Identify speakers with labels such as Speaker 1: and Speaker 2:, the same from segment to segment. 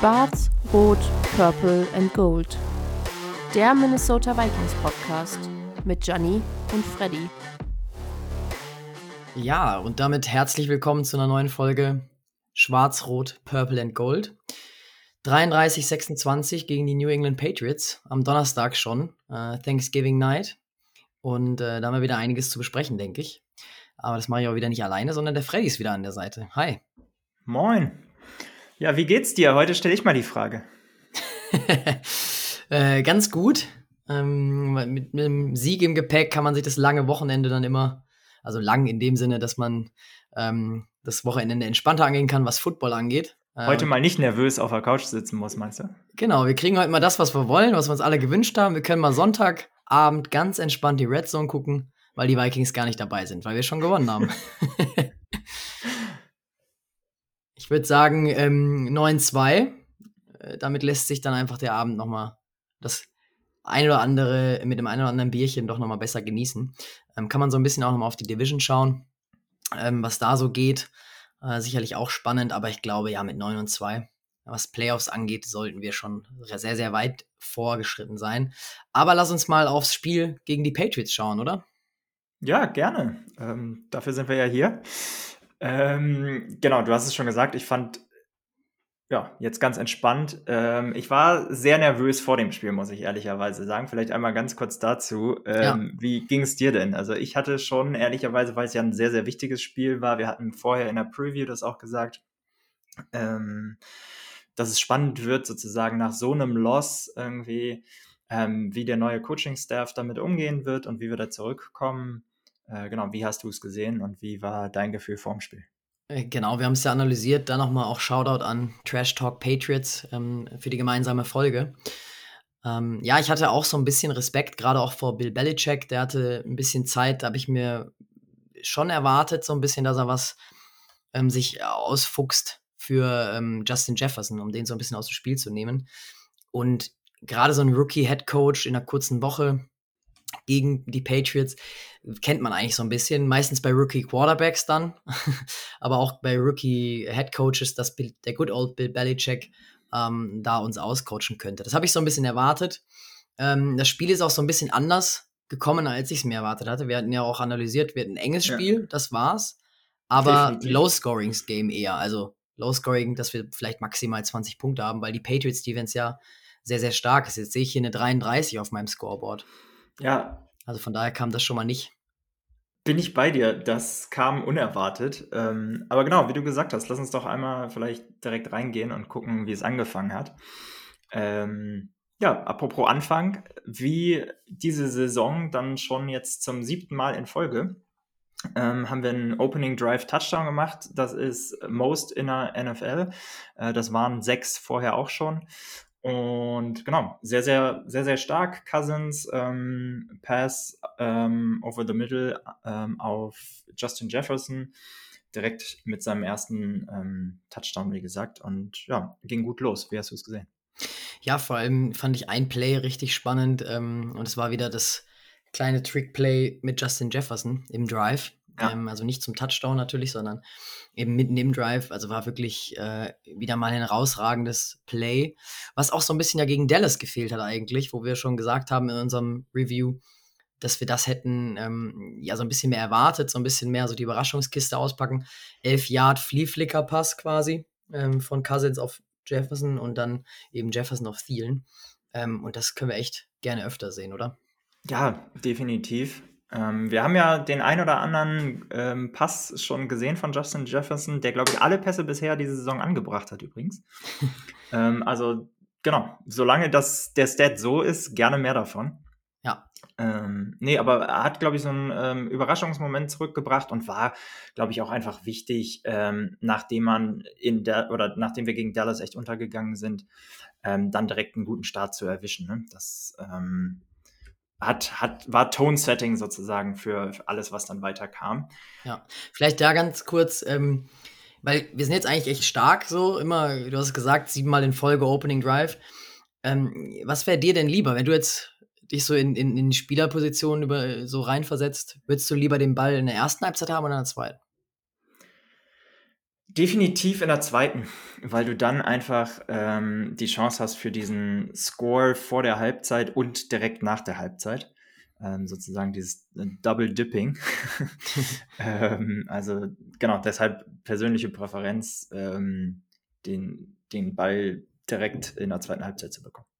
Speaker 1: Schwarz, Rot, Purple and Gold. Der Minnesota Vikings Podcast mit Gianni und Freddy.
Speaker 2: Ja, und damit herzlich willkommen zu einer neuen Folge Schwarz, Rot, Purple and Gold. 33-26 gegen die New England Patriots am Donnerstag schon, Thanksgiving Night. Und da haben wir wieder einiges zu besprechen, denke ich. Aber das mache ich auch wieder nicht alleine, sondern der Freddy ist wieder an der Seite. Hi.
Speaker 3: Moin. Ja, wie geht's dir? Heute stelle ich mal die Frage.
Speaker 2: Ganz gut. Mit einem Sieg im Gepäck kann man sich das lange Wochenende dann immer, also lang in dem Sinne, dass man das Wochenende entspannter angehen kann, was Football angeht.
Speaker 3: Heute mal nicht nervös auf der Couch sitzen muss, meinst du?
Speaker 2: Genau, wir kriegen heute mal das, was wir wollen, was wir uns alle gewünscht haben. Wir können mal Sonntagabend ganz entspannt die Red Zone gucken, weil die Vikings gar nicht dabei sind, weil wir schon gewonnen haben. Ich würde sagen 9-2. Damit lässt sich dann einfach der Abend nochmal das ein oder andere, mit dem einen oder anderen Bierchen doch nochmal besser genießen. Kann man so ein bisschen auch nochmal auf die Division schauen, was da so geht. Sicherlich auch spannend, aber ich glaube, ja, mit 9-2, was Playoffs angeht, sollten wir schon sehr, sehr weit vorgeschritten sein. Aber lass uns mal aufs Spiel gegen die Patriots schauen, oder?
Speaker 3: Ja, gerne. Dafür sind wir ja hier. Genau, du hast es schon gesagt, ich fand, ja, jetzt ganz entspannt. Ich war sehr nervös vor dem Spiel, muss ich ehrlicherweise sagen. Vielleicht einmal ganz kurz dazu. Wie ging es dir denn? Also ich hatte schon, ehrlicherweise, weil es ja ein sehr, sehr wichtiges Spiel war, wir hatten vorher in der Preview das auch gesagt, dass es spannend wird, sozusagen nach so einem Loss irgendwie, wie der neue Coaching-Staff damit umgehen wird und wie wir da zurückkommen. Genau, wie hast du es gesehen und wie war dein Gefühl vorm Spiel?
Speaker 2: Genau, wir haben es ja analysiert. Dann nochmal auch Shoutout an Trash Talk Patriots für die gemeinsame Folge. Ja, ich hatte auch so ein bisschen Respekt, gerade auch vor Bill Belichick. Der hatte ein bisschen Zeit, da habe ich mir schon erwartet, so ein bisschen, dass er was sich ausfuchst für Justin Jefferson, um den so ein bisschen aus dem Spiel zu nehmen. Und gerade so ein Rookie-Head-Coach in einer kurzen Woche gegen die Patriots kennt man eigentlich so ein bisschen, meistens bei Rookie-Quarterbacks dann, aber auch bei Rookie-Head-Coaches, dass der good old Bill Belichick da uns auscoachen könnte. Das habe ich so ein bisschen erwartet. Das Spiel ist auch so ein bisschen anders gekommen, als ich es mir erwartet hatte. Wir hatten ja auch analysiert, wir hatten ein enges Spiel, das war's, aber Low-Scoring-Game eher, also Low-Scoring, dass wir vielleicht maximal 20 Punkte haben, weil die Patriots-Defense ja sehr, sehr stark ist. Jetzt sehe ich hier eine 33 auf meinem Scoreboard.
Speaker 3: Ja.
Speaker 2: Also von daher kam das schon mal nicht.
Speaker 3: Bin ich bei dir, das kam unerwartet. Aber genau, wie du gesagt hast, lass uns doch einmal vielleicht direkt reingehen und gucken, wie es angefangen hat. Ja, apropos Anfang, wie diese Saison dann schon jetzt zum 7. Mal in Folge haben wir einen Opening Drive Touchdown gemacht. Das ist most in der NFL. Das waren 6 vorher auch schon. Und genau, sehr, sehr, sehr, sehr stark. Cousins, Pass over the middle auf Justin Jefferson, direkt mit seinem ersten Touchdown, wie gesagt. Und ja, ging gut los. Wie hast du es gesehen?
Speaker 2: Ja, vor allem fand ich ein Play richtig spannend. Und es war wieder das kleine Trick-Play mit Justin Jefferson im Drive. Ja. Also nicht zum Touchdown natürlich, sondern eben mitten im Drive. Also war wirklich wieder mal ein herausragendes Play, was auch so ein bisschen ja gegen Dallas gefehlt hat eigentlich, wo wir schon gesagt haben in unserem Review, dass wir das hätten ja so ein bisschen mehr erwartet, so ein bisschen mehr so die Überraschungskiste auspacken. 11-Yard-Flea-Flicker-Pass quasi von Cousins auf Jefferson und dann eben Jefferson auf Thielen. Und das können wir echt gerne öfter sehen, oder?
Speaker 3: Ja, definitiv. Wir haben ja den ein oder anderen Pass schon gesehen von Justin Jefferson, der, glaube ich, alle Pässe bisher diese Saison angebracht hat übrigens. Also genau, solange der Stat so ist, gerne mehr davon.
Speaker 2: Ja.
Speaker 3: Nee, aber er hat, glaube ich, so einen Überraschungsmoment zurückgebracht und war, glaube ich, auch einfach wichtig, nachdem wir gegen Dallas echt untergegangen sind, dann direkt einen guten Start zu erwischen. Ne? Das war Tone-Setting sozusagen für alles, was dann weiter kam.
Speaker 2: Ja, vielleicht da ganz kurz, weil wir sind jetzt eigentlich echt stark so, immer, du hast gesagt, 7 Mal in Folge Opening Drive. Was wäre dir denn lieber, wenn du jetzt dich so in die Spielerposition so reinversetzt, würdest du lieber den Ball in der ersten Halbzeit haben oder in der zweiten?
Speaker 3: Definitiv in der zweiten, weil du dann einfach die Chance hast für diesen Score vor der Halbzeit und direkt nach der Halbzeit. Sozusagen dieses Double Dipping. Also genau, deshalb persönliche Präferenz, den Ball direkt in der zweiten Halbzeit zu bekommen.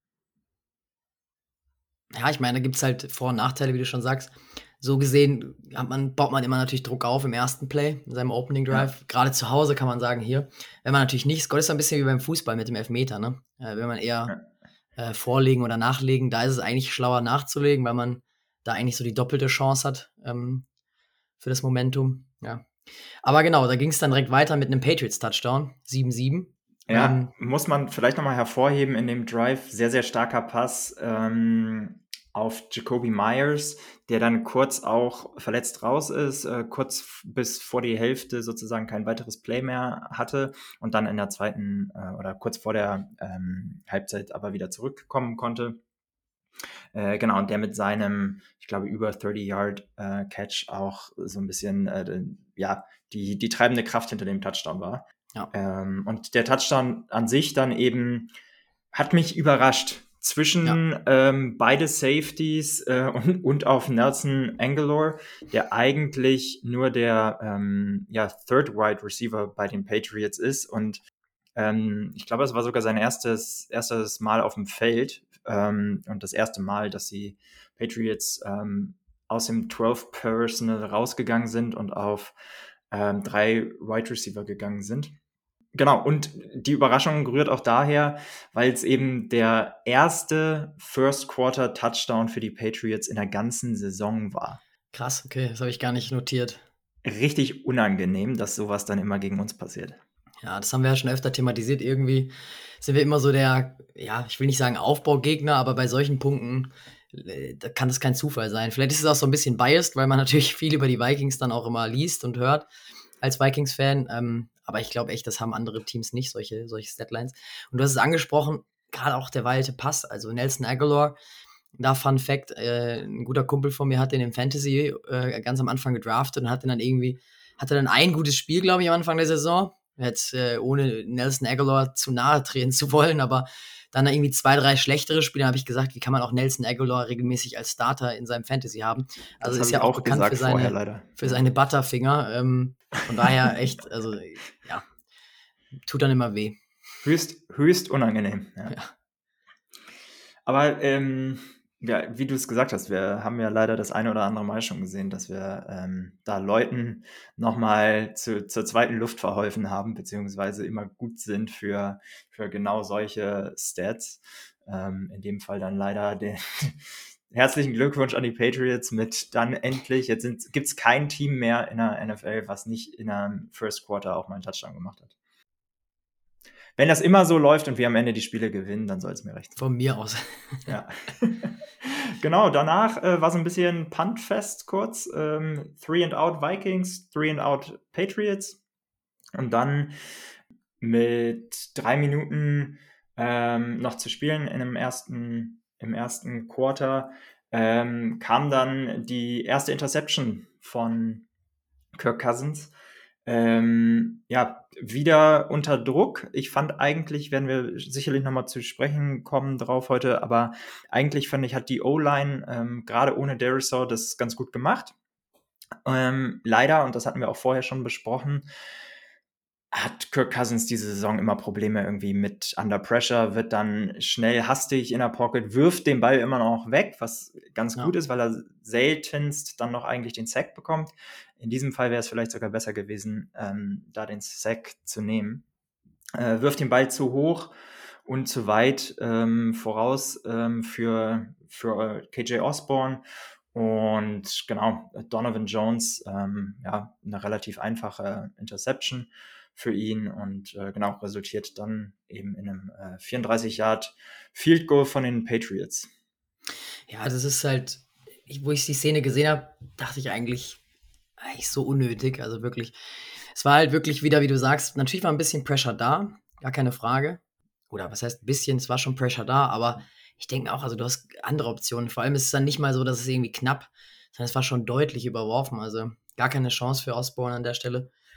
Speaker 2: Ja, ich meine, da gibt es halt Vor- und Nachteile, wie du schon sagst. So gesehen baut man immer natürlich Druck auf im ersten Play, in seinem Opening Drive.
Speaker 3: Ja.
Speaker 2: Gerade zu Hause kann man sagen, hier, wenn man natürlich nicht scoret, ist ein bisschen wie beim Fußball mit dem Elfmeter, ne? Wenn man eher vorlegen oder nachlegen, da ist es eigentlich schlauer nachzulegen, weil man da eigentlich so die doppelte Chance hat für das Momentum. Ja. Aber genau, da ging es dann direkt weiter mit einem Patriots-Touchdown, 7-7.
Speaker 3: Ja, muss man vielleicht nochmal hervorheben in dem Drive, sehr, sehr starker Pass auf Jakobi Meyers, der dann kurz auch verletzt raus ist, kurz bis vor die Hälfte sozusagen kein weiteres Play mehr hatte und dann in der zweiten oder kurz vor der Halbzeit aber wieder zurückkommen konnte. Genau, und der mit seinem, ich glaube, über 30-Yard-Catch auch so ein bisschen die treibende Kraft hinter dem Touchdown war.
Speaker 2: Ja.
Speaker 3: Und der Touchdown an sich dann eben hat mich überrascht. Zwischen beide Safeties und auf Nelson Agholor, der eigentlich nur der Third Wide Receiver bei den Patriots ist. Und ich glaube, es war sogar sein erstes Mal auf dem Feld und das erste Mal, dass die Patriots aus dem 12 Personnel rausgegangen sind und auf 3 Wide Receiver gegangen sind. Genau, und die Überraschung rührt auch daher, weil es eben der erste First Quarter Touchdown für die Patriots in der ganzen Saison war.
Speaker 2: Krass, okay, das habe ich gar nicht notiert.
Speaker 3: Richtig unangenehm, dass sowas dann immer gegen uns passiert.
Speaker 2: Ja, das haben wir ja schon öfter thematisiert. Irgendwie sind wir immer so der, ja, ich will nicht sagen Aufbaugegner, aber bei solchen Punkten da kann das kein Zufall sein. Vielleicht ist es auch so ein bisschen biased, weil man natürlich viel über die Vikings dann auch immer liest und hört als Vikings-Fan. Aber ich glaube echt, das haben andere Teams nicht, solche Statlines. Und du hast es angesprochen, gerade auch der weite Pass, also Nelson Agholor. Da Fun Fact, ein guter Kumpel von mir hat den im Fantasy ganz am Anfang gedraftet und hatte dann ein gutes Spiel, glaube ich, am Anfang der Saison. Jetzt ohne Nelson Agholor zu nahe treten zu wollen, aber dann irgendwie 2, 3 schlechtere Spiele, habe ich gesagt, wie kann man auch Nelson Agholor regelmäßig als Starter in seinem Fantasy haben? Also
Speaker 3: Das
Speaker 2: ist ja
Speaker 3: habe ich
Speaker 2: auch bekannt für seine Butterfinger. Von daher echt, also ja, tut dann immer weh.
Speaker 3: Höchst unangenehm. Ja.
Speaker 2: Ja.
Speaker 3: Aber wie du es gesagt hast, wir haben ja leider das eine oder andere Mal schon gesehen, dass wir da Leuten nochmal zur zweiten Luft verholfen haben, beziehungsweise immer gut sind für genau solche Stats. In dem Fall dann leider den herzlichen Glückwunsch an die Patriots mit dann endlich, jetzt gibt es kein Team mehr in der NFL, was nicht in einem First Quarter auch mal einen Touchdown gemacht hat. Wenn das immer so läuft und wir am Ende die Spiele gewinnen, dann soll es mir recht sein.
Speaker 2: Von mir aus.
Speaker 3: Ja. Genau, danach war so ein bisschen Puntfest kurz. 3-and-out Vikings, 3-and-out Patriots. Und dann mit 3 Minuten noch zu spielen im ersten Quarter kam dann die erste Interception von Kirk Cousins. Wieder unter Druck. Ich fand eigentlich, werden wir sicherlich nochmal zu sprechen kommen drauf heute, aber eigentlich fand ich, hat die O-Line gerade ohne Darisaw das ganz gut gemacht. Leider, und das hatten wir auch vorher schon besprochen, hat Kirk Cousins diese Saison immer Probleme irgendwie mit Under Pressure, wird dann schnell hastig in der Pocket, wirft den Ball immer noch weg, was ganz gut ist, weil er seltenst dann noch eigentlich den Sack bekommt. In diesem Fall wäre es vielleicht sogar besser gewesen, da den Sack zu nehmen. Wirft den Ball zu hoch und zu weit voraus für KJ Osborne. Und genau, Donovan Jones, eine relativ einfache Interception für ihn und genau, resultiert dann eben in einem 34-Yard Field Goal von den Patriots.
Speaker 2: Ja, das ist halt, wo ich die Szene gesehen habe, dachte ich eigentlich so unnötig, also wirklich. Es war halt wirklich wieder, wie du sagst, natürlich war ein bisschen Pressure da, gar keine Frage. Oder was heißt ein bisschen, es war schon Pressure da, aber ich denke auch, also du hast andere Optionen. Vor allem ist es dann nicht mal so, dass es irgendwie knapp, sondern es war schon deutlich überworfen, also gar keine Chance für Osborne an der Stelle.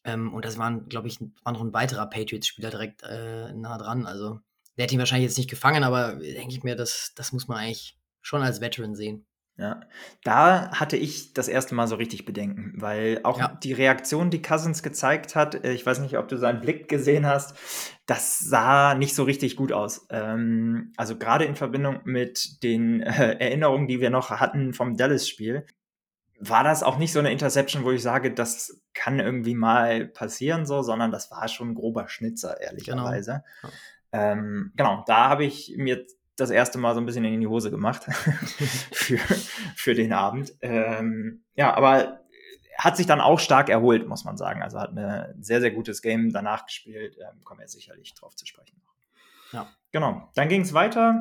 Speaker 2: Und das glaube ich, war noch ein weiterer Patriots-Spieler direkt nah dran. Also der hat ihn wahrscheinlich jetzt nicht gefangen, aber denke ich mir, das muss man eigentlich schon als Veteran sehen.
Speaker 3: Ja, da hatte ich das erste Mal so richtig Bedenken, weil auch die Reaktion, die Cousins gezeigt hat, ich weiß nicht, ob du seinen Blick gesehen hast, das sah nicht so richtig gut aus. Also gerade in Verbindung mit den Erinnerungen, die wir noch hatten vom Dallas-Spiel, war das auch nicht so eine Interception, wo ich sage, das kann irgendwie mal passieren, so, sondern das war schon ein grober Schnitzer, ehrlicherweise. Genau, da habe ich mir das erste Mal so ein bisschen in die Hose gemacht für den Abend. Ja, aber hat sich dann auch stark erholt, muss man sagen. Also hat ein sehr, sehr gutes Game danach gespielt. Kommen wir sicherlich drauf zu sprechen.
Speaker 2: Ja.
Speaker 3: Genau, dann ging es weiter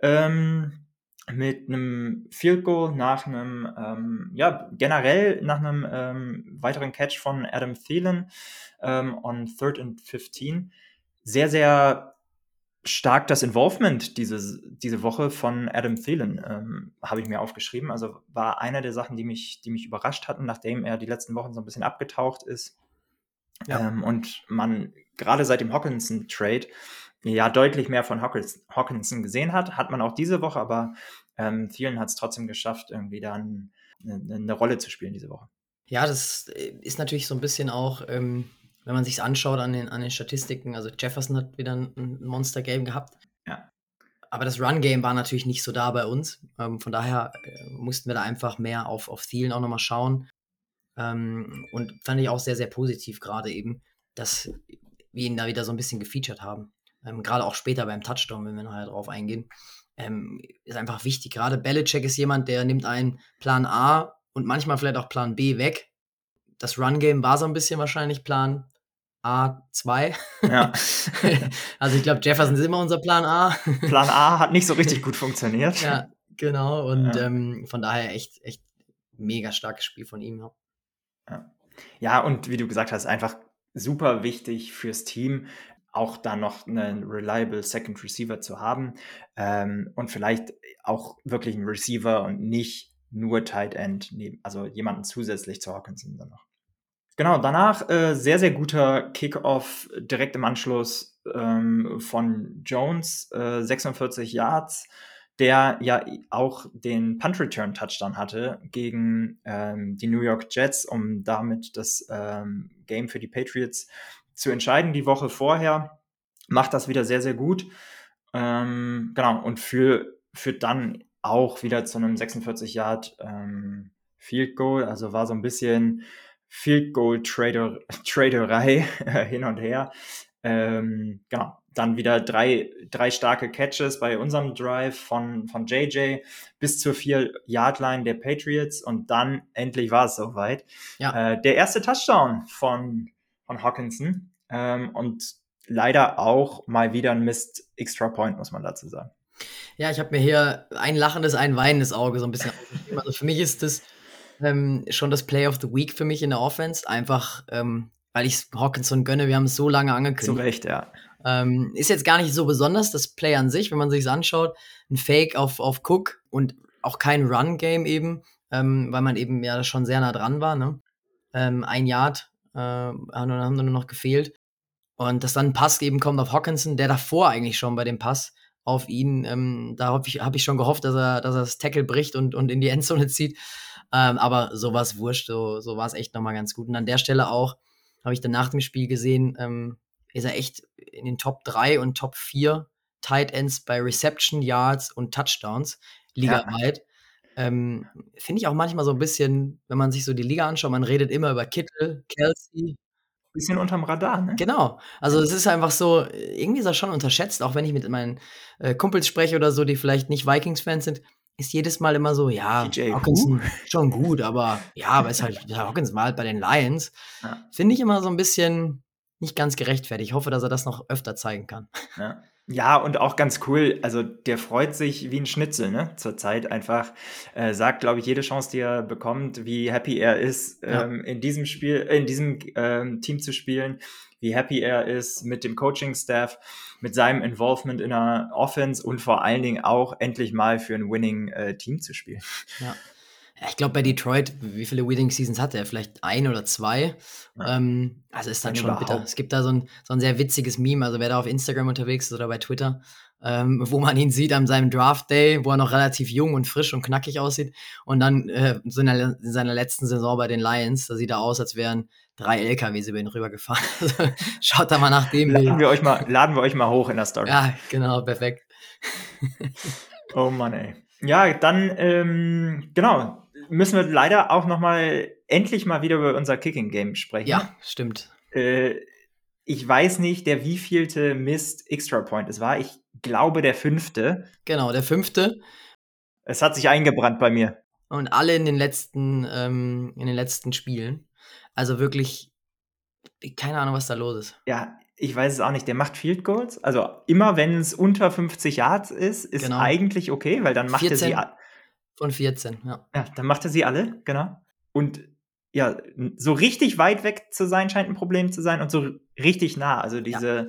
Speaker 3: mit einem Field Goal nach einem, generell nach einem weiteren Catch von Adam Thielen on 3rd and 15. Sehr, sehr stark das Involvement diese Woche von Adam Thielen, habe ich mir aufgeschrieben. Also war einer der Sachen, die mich überrascht hatten, nachdem er die letzten Wochen so ein bisschen abgetaucht ist.
Speaker 2: Ja.
Speaker 3: Und man gerade seit dem Hockenson-Trade ja deutlich mehr von Hockenson gesehen hat man auch diese Woche, aber Thielen hat es trotzdem geschafft, irgendwie dann eine Rolle zu spielen diese Woche.
Speaker 2: Ja, das ist natürlich so ein bisschen auch, wenn man sich anschaut an den Statistiken, also Jefferson hat wieder ein Monster-Game gehabt.
Speaker 3: Ja.
Speaker 2: Aber das Run-Game war natürlich nicht so da bei uns. Von daher mussten wir da einfach mehr auf Thielen auch nochmal schauen. Und fand ich auch sehr, sehr positiv gerade eben, dass wir ihn da wieder so ein bisschen gefeatured haben. Gerade auch später beim Touchdown, wenn wir nachher drauf eingehen. Ist einfach wichtig. Gerade Belichick ist jemand, der nimmt einen Plan A und manchmal vielleicht auch Plan B weg. Das Run-Game war so ein bisschen wahrscheinlich Plan A2.
Speaker 3: Ja.
Speaker 2: Also ich glaube, Jefferson ist immer unser Plan A.
Speaker 3: Plan A hat nicht so richtig gut funktioniert.
Speaker 2: Ja, genau. Und von daher echt mega starkes Spiel von ihm.
Speaker 3: Ja, und wie du gesagt hast, einfach super wichtig fürs Team, auch da noch einen reliable Second Receiver zu haben und vielleicht auch wirklich einen Receiver und nicht nur Tight End, also jemanden zusätzlich zu Hockenson dann noch. Genau, danach sehr, sehr guter Kickoff direkt im Anschluss von Jones, 46 Yards, der ja auch den Punt-Return-Touchdown hatte gegen die New York Jets, um damit das Game für die Patriots zu entscheiden. Die Woche vorher macht das wieder sehr, sehr gut. Genau, und führt dann auch wieder zu einem 46-Yard Field Goal. Also war so ein bisschen Field Goal Traderei hin und her. Genau, dann wieder drei starke Catches bei unserem Drive von JJ bis zur 4-Yard-Line der Patriots und dann endlich war es soweit.
Speaker 2: Ja.
Speaker 3: Der erste Touchdown von Hockenson und leider auch mal wieder ein Missed Extra Point, muss man dazu sagen.
Speaker 2: Ja, ich habe mir hier ein lachendes, ein weinendes Auge so ein bisschen aufgeschrieben. Also für mich ist das schon das Play of the Week für mich in der Offense. Einfach, weil ich Hockenson gönne. Wir haben es so lange angekündigt.
Speaker 3: Zu Recht, ja.
Speaker 2: Ist jetzt gar nicht so besonders, das Play an sich, wenn man sich anschaut. Ein Fake auf Cook und auch kein Run-Game eben, weil man eben ja schon sehr nah dran war. Ne? 1 Yard haben nur noch gefehlt. Und dass dann ein Pass eben kommt auf Hockenson, der davor eigentlich schon bei dem Pass auf ihn, da hab ich schon gehofft, dass er das Tackle bricht und in die Endzone zieht. Aber so war es wurscht, so war es echt nochmal ganz gut. Und an der Stelle auch, habe ich dann nach dem Spiel gesehen, ist er echt in den Top 3 und Top 4 Tight Ends bei Reception, Yards und Touchdowns ligaweit. Ja. Finde ich auch manchmal so ein bisschen, wenn man sich so die Liga anschaut, man redet immer über Kittle, Kelsey.
Speaker 3: Bisschen unterm Radar, ne?
Speaker 2: Genau. Also es ist einfach so, irgendwie ist er schon unterschätzt, auch wenn ich mit meinen Kumpels spreche oder so, die vielleicht nicht Vikings-Fans sind, ist jedes Mal immer so, ja, Hockenson schon gut, aber ist halt, Hockenson war halt bei den Lions. Ja. Finde ich immer so ein bisschen nicht ganz gerechtfertigt. Ich hoffe, dass er das noch öfter zeigen kann.
Speaker 3: Ja, und auch ganz cool, also der freut sich wie ein Schnitzel, ne, zurzeit einfach, sagt, glaube ich, jede Chance, die er bekommt, wie happy er ist, in diesem Spiel, in diesem Team zu spielen, wie happy er ist mit dem Coaching-Staff, mit seinem Involvement in der Offense und vor allen Dingen auch endlich mal für ein Winning-Team zu spielen.
Speaker 2: Ja, ich glaube, bei Detroit, wie viele Winning Seasons hat er? Vielleicht 1 oder 2.
Speaker 3: Ja.
Speaker 2: Also ist dann
Speaker 3: Wenn
Speaker 2: schon bitter.
Speaker 3: überhaupt.
Speaker 2: Es gibt da so ein sehr witziges Meme, also wer da auf Instagram unterwegs ist oder bei Twitter, wo man ihn sieht an seinem Draft Day, wo er noch relativ jung und frisch und knackig aussieht. Und dann so in seiner letzten Saison bei den Lions, da sieht er aus, als wären 3 LKWs über ihn rübergefahren. Also, schaut da mal nach dem
Speaker 3: Laden
Speaker 2: Bild.
Speaker 3: wir euch mal hoch in der Story.
Speaker 2: Ja, genau, perfekt.
Speaker 3: Oh Mann, ey. Ja, dann, genau, müssen wir leider auch endlich mal wieder über unser Kicking-Game sprechen.
Speaker 2: Ja, stimmt.
Speaker 3: Ich weiß nicht, der wievielte Missed Extra Point es war. Ich glaube, der 5.
Speaker 2: Genau, der 5.
Speaker 3: Es hat sich eingebrannt bei mir.
Speaker 2: Und alle in den letzten Spielen. Also wirklich, keine Ahnung, was da los ist.
Speaker 3: Ja, ich weiß es auch nicht. Der macht Field Goals. Also immer, wenn es unter 50 Yards ist
Speaker 2: Genau.
Speaker 3: eigentlich okay, weil dann macht er sie
Speaker 2: 14 von 14, ja.
Speaker 3: Ja, dann macht er sie alle, genau. Und ja, so richtig weit weg zu sein, scheint ein Problem zu sein und so richtig nah. Also diese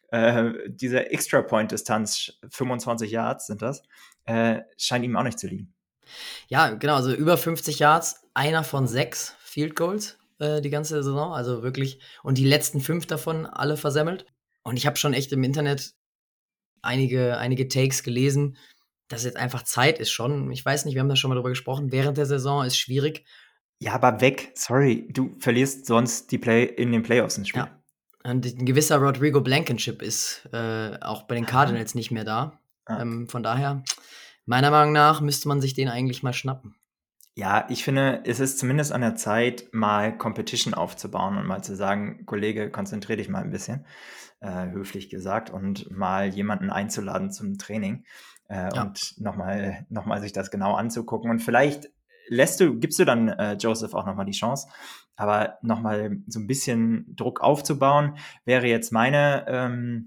Speaker 3: Extra-Point-Distanz, 25 Yards sind das, scheint ihm auch nicht zu liegen.
Speaker 2: Ja, genau, also über 50 Yards, einer von 6 Field Goals die ganze Saison, also wirklich, und die letzten 5 davon alle versemmelt. Und ich habe schon echt im Internet einige Takes gelesen, dass jetzt einfach Zeit ist schon. Ich weiß nicht, wir haben da schon mal drüber gesprochen, während der Saison ist schwierig.
Speaker 3: Ja, aber sorry, du verlierst sonst in den Playoffs ein Spiel.
Speaker 2: Ja. Und ein gewisser Rodrigo Blankenship ist auch bei den Cardinals nicht mehr da. Von daher, meiner Meinung nach, müsste man sich den eigentlich mal schnappen.
Speaker 3: Ja, ich finde, es ist zumindest an der Zeit, mal Competition aufzubauen und mal zu sagen, Kollege, konzentrier dich mal ein bisschen, höflich gesagt, und mal jemanden einzuladen zum Training und nochmal sich das genau anzugucken. Und vielleicht gibst du dann Joseph auch nochmal die Chance, aber nochmal so ein bisschen Druck aufzubauen, wäre jetzt meine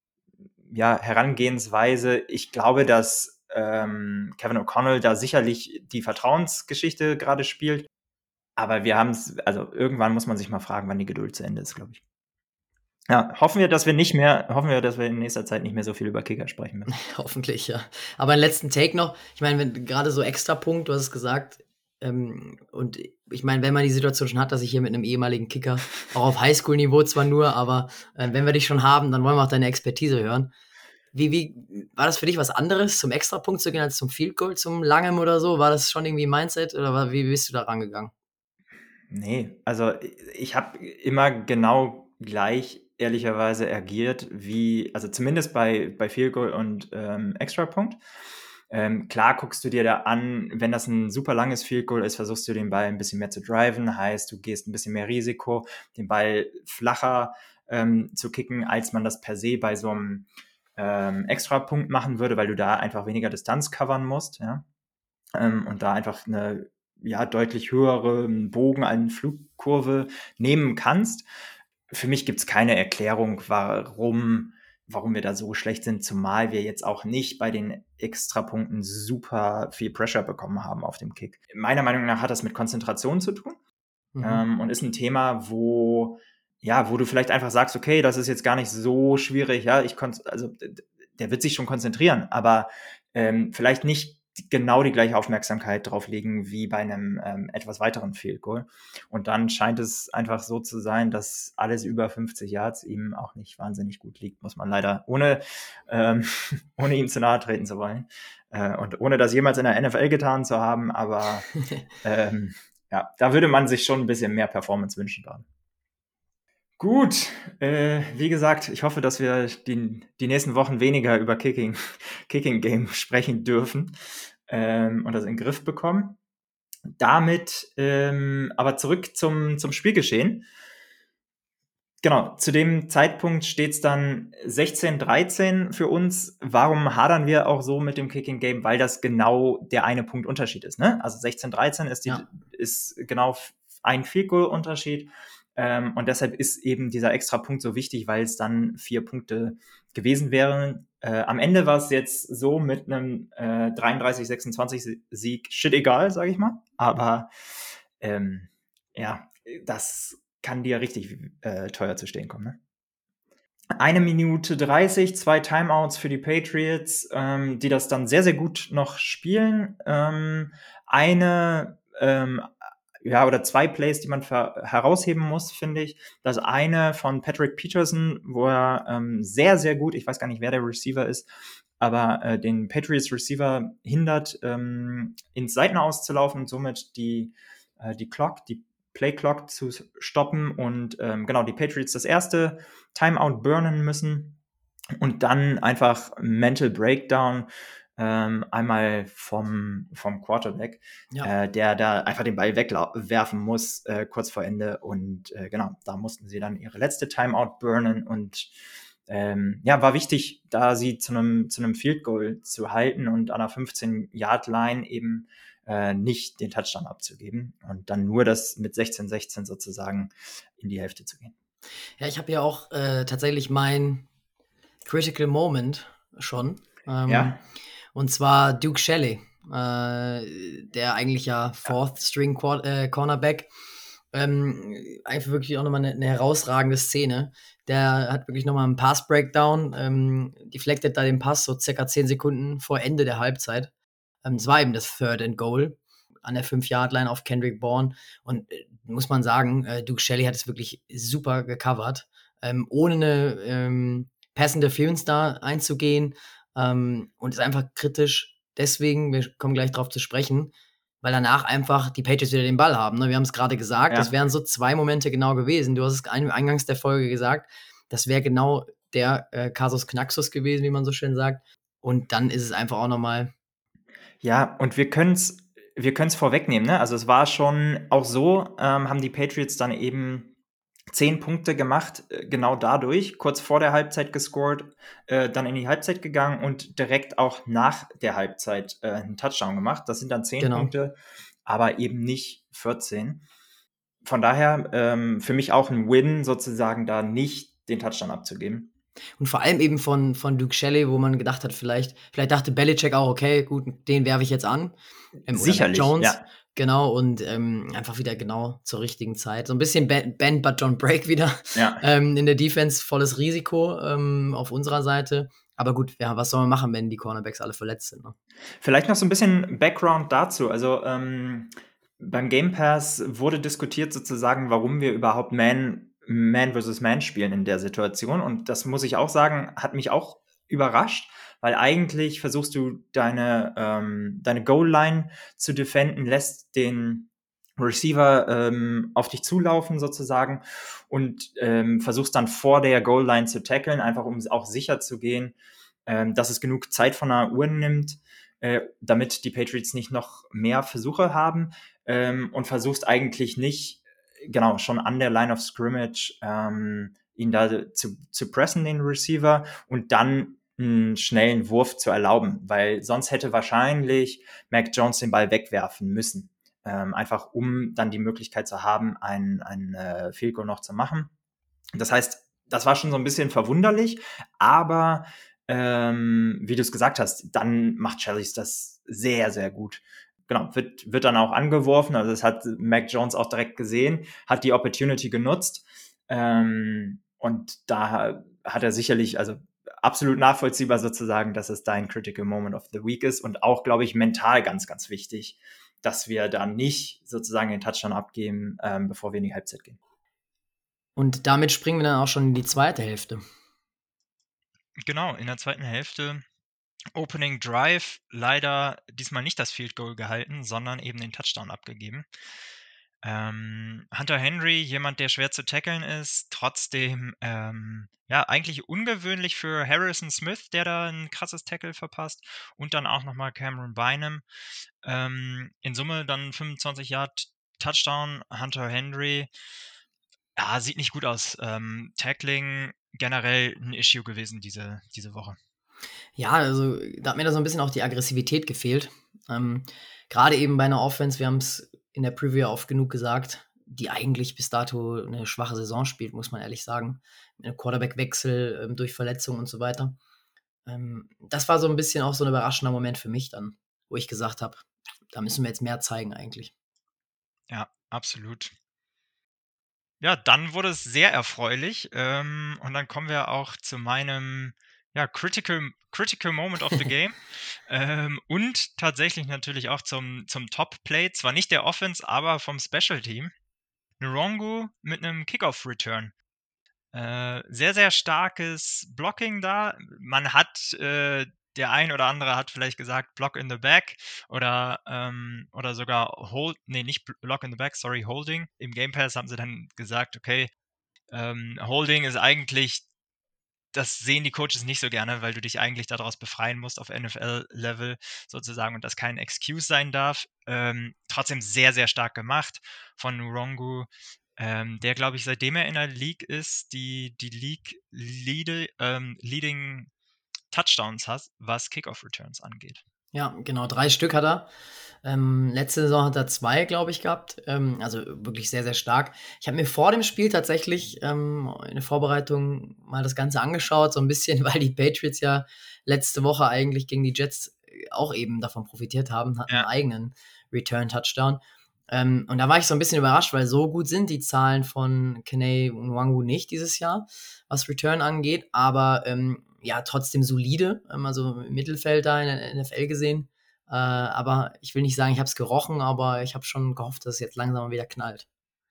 Speaker 3: Herangehensweise. Ich glaube, dass Kevin O'Connell da sicherlich die Vertrauensgeschichte gerade spielt. Aber also irgendwann muss man sich mal fragen, wann die Geduld zu Ende ist, glaube ich. Ja, hoffen wir, dass wir in nächster Zeit nicht mehr so viel über Kicker sprechen müssen.
Speaker 2: Hoffentlich, ja. Aber einen letzten Take noch. Ich meine, wenn gerade so Extrapunkt, du hast es gesagt, und ich meine, wenn man die Situation schon hat, dass ich hier mit einem ehemaligen Kicker, auch auf Highschool-Niveau zwar nur, aber wenn wir dich schon haben, dann wollen wir auch deine Expertise hören. Wie war das für dich was anderes, zum Extrapunkt zu gehen, als zum Field Goal, zum Langem oder so? War das schon irgendwie Mindset oder wie bist du da rangegangen?
Speaker 3: Nee, also ich habe immer genau gleich ehrlicherweise agiert also zumindest bei Field Goal und Extrapunkt. Klar guckst du dir da an, wenn das ein super langes Field Goal ist, versuchst du den Ball ein bisschen mehr zu driven, heißt, du gehst ein bisschen mehr Risiko, den Ball flacher zu kicken, als man das per se bei so einem Extrapunkt machen würde, weil du da einfach weniger Distanz covern musst, ja. Und da einfach eine deutlich höhere Bogen an Flugkurve nehmen kannst. Für mich gibt es keine Erklärung, warum wir da so schlecht sind, zumal wir jetzt auch nicht bei den Extrapunkten super viel Pressure bekommen haben auf dem Kick. Meiner Meinung nach hat das mit Konzentration zu tun und ist ein Thema, wo du vielleicht einfach sagst, okay, das ist jetzt gar nicht so schwierig, ja, also der wird sich schon konzentrieren, aber vielleicht nicht genau die gleiche Aufmerksamkeit drauf legen wie bei einem etwas weiteren Field Goal. Und dann scheint es einfach so zu sein, dass alles über 50 Yards ihm auch nicht wahnsinnig gut liegt, muss man leider, ohne ihm zu nahe treten zu wollen und ohne das jemals in der NFL getan zu haben, aber da würde man sich schon ein bisschen mehr Performance wünschen gerade. Gut, wie gesagt, ich hoffe, dass wir die nächsten Wochen weniger über Kicking Game sprechen dürfen und das in den Griff bekommen. Damit aber zurück zum Spielgeschehen. Genau, zu dem Zeitpunkt steht es dann 16-13 für uns. Warum hadern wir auch so mit dem Kicking Game? Weil das genau der eine Punkt Unterschied ist. Ne? Also 16-13 ist genau ein Field Goal Unterschied. Und deshalb ist eben dieser extra Punkt so wichtig, weil es dann 4 Punkte gewesen wären. Am Ende war es jetzt so mit einem 33-26 Sieg, shit egal, sage ich mal. Aber das kann dir richtig teuer zu stehen kommen. Ne? 1 Minute 30, 2 Timeouts für die Patriots, die das dann sehr, sehr gut noch spielen. Eine oder 2 Plays, die man herausheben muss, finde ich. Das eine von Patrick Peterson, wo er sehr, sehr gut, ich weiß gar nicht, wer der Receiver ist, aber den Patriots Receiver hindert, ins Seitenaus zu laufen und somit die Play Clock zu stoppen und genau, die Patriots das erste Timeout burnen müssen und dann einfach Mental Breakdown einmal vom Quarterback, der da einfach den Ball wegwerfen muss, kurz vor Ende. Und genau, da mussten sie dann ihre letzte Timeout burnen und war wichtig, da sie zu einem Field Goal zu halten und an der 15-Yard-Line eben nicht den Touchdown abzugeben und dann nur das mit 16-16 sozusagen in die Hälfte zu gehen.
Speaker 2: Ja, ich habe ja auch tatsächlich mein Critical Moment schon. Und zwar Duke Shelley, der eigentlich ja Fourth String Cornerback. Einfach wirklich auch nochmal eine herausragende Szene. Der hat wirklich nochmal einen Pass-Breakdown, deflected da den Pass so circa 10 Sekunden vor Ende der Halbzeit. Es war eben das Third and Goal an der 5-Yard-Line auf Kendrick Bourne. Und muss man sagen, Duke Shelley hat es wirklich super gecovert, ohne eine Pass Interference da einzugehen, und ist einfach kritisch. Deswegen, wir kommen gleich drauf zu sprechen, weil danach einfach die Patriots wieder den Ball haben. Ne? Wir haben es gerade gesagt, das wären so 2 Momente genau gewesen. Du hast es eingangs der Folge gesagt, das wäre genau der Kasus Knaxus gewesen, wie man so schön sagt. Und dann ist es einfach auch nochmal.
Speaker 3: Ja, und wir können's vorwegnehmen, ne? Also es war schon auch so, haben die Patriots dann eben 10 Punkte gemacht, genau dadurch, kurz vor der Halbzeit gescored, dann in die Halbzeit gegangen und direkt auch nach der Halbzeit einen Touchdown gemacht. Das sind dann 10 Punkte, aber eben nicht 14. Von daher für mich auch ein Win, sozusagen da nicht den Touchdown abzugeben.
Speaker 2: Und vor allem eben von Duke Shelley, wo man gedacht hat, vielleicht dachte Belichick auch, okay, gut, den werfe ich jetzt an.
Speaker 3: Sicherlich,
Speaker 2: Jones,
Speaker 3: ja.
Speaker 2: Genau, und einfach wieder genau zur richtigen Zeit. So ein bisschen Bend but don't break wieder.
Speaker 3: Ja.
Speaker 2: In der Defense volles Risiko auf unserer Seite. Aber gut, ja, was soll man machen, wenn die Cornerbacks alle verletzt sind? Ne?
Speaker 3: Vielleicht noch so ein bisschen Background dazu. Also beim Game Pass wurde diskutiert sozusagen, warum wir überhaupt Man versus Man spielen in der Situation. Und das muss ich auch sagen, hat mich auch überrascht, weil eigentlich versuchst du deine Goal-Line zu defenden, lässt den Receiver auf dich zulaufen sozusagen und versuchst dann vor der Goal-Line zu tackeln, einfach um auch sicher zu gehen, dass es genug Zeit von der Uhr nimmt, damit die Patriots nicht noch mehr Versuche haben, und versuchst eigentlich nicht, genau, schon an der Line of Scrimmage ihn da zu pressen, den Receiver, und dann einen schnellen Wurf zu erlauben, weil sonst hätte wahrscheinlich Mac Jones den Ball wegwerfen müssen, einfach um dann die Möglichkeit zu haben, ein Field Goal noch zu machen. Das heißt, das war schon so ein bisschen verwunderlich, aber wie du es gesagt hast, dann macht Shelley das sehr, sehr gut. Genau, wird dann auch angeworfen, also das hat Mac Jones auch direkt gesehen, hat die Opportunity genutzt, und da hat er sicherlich, also absolut nachvollziehbar sozusagen, dass es dein Critical Moment of the Week ist und auch, glaube ich, mental ganz, ganz wichtig, dass wir da nicht sozusagen den Touchdown abgeben, bevor wir in die Halbzeit gehen.
Speaker 2: Und damit springen wir dann auch schon in die zweite Hälfte.
Speaker 4: Genau, in der zweiten Hälfte Opening Drive leider diesmal nicht das Field Goal gehalten, sondern eben den Touchdown abgegeben. Hunter Henry, jemand, der schwer zu tackeln ist, trotzdem eigentlich ungewöhnlich für Harrison Smith, der da ein krasses Tackle verpasst, und dann auch nochmal Cameron Bynum. In Summe dann 25 Yard Touchdown. Hunter Henry, ja, sieht nicht gut aus. Tackling generell ein Issue gewesen diese Woche.
Speaker 2: Ja, also da hat mir da so ein bisschen auch die Aggressivität gefehlt. Gerade eben bei einer Offense, wir haben es in der Preview oft genug gesagt, die eigentlich bis dato eine schwache Saison spielt, muss man ehrlich sagen. Mit einem Quarterback-Wechsel durch Verletzungen und so weiter. Das war so ein bisschen auch so ein überraschender Moment für mich dann, wo ich gesagt habe, da müssen wir jetzt mehr zeigen eigentlich.
Speaker 4: Ja, absolut. Ja, dann wurde es sehr erfreulich, und dann kommen wir auch zu meinem critical Moment of the Game. Und tatsächlich natürlich auch zum Top-Play, zwar nicht der Offense, aber vom Special-Team. Nrongu mit einem Kickoff-Return. Sehr, sehr starkes Blocking da. Man hat, der ein oder andere hat vielleicht gesagt, Block in the Back oder sogar nicht Block in the Back, sorry, Holding. Im Game Pass haben sie dann gesagt, okay, Holding ist eigentlich, das sehen die Coaches nicht so gerne, weil du dich eigentlich daraus befreien musst auf NFL-Level sozusagen und das kein Excuse sein darf. Trotzdem sehr, sehr stark gemacht von Nrongu, der, glaube ich, seitdem er in der League ist, die Leading Touchdowns hat, was Kickoff-Returns angeht.
Speaker 2: Ja, genau, 3 Stück hat er. Letzte Saison hat er 2, glaube ich, gehabt. Also wirklich sehr, sehr stark. Ich habe mir vor dem Spiel tatsächlich in der Vorbereitung mal das Ganze angeschaut, so ein bisschen, weil die Patriots ja letzte Woche eigentlich gegen die Jets auch eben davon profitiert haben, hatten einen eigenen Return-Touchdown. Und da war ich so ein bisschen überrascht, weil so gut sind die Zahlen von Kene Nwangu nicht dieses Jahr, was Return angeht, aber ja, trotzdem solide, also im Mittelfeld da in der NFL gesehen. Aber ich will nicht sagen, ich habe es gerochen, aber ich habe schon gehofft, dass es jetzt langsam wieder knallt.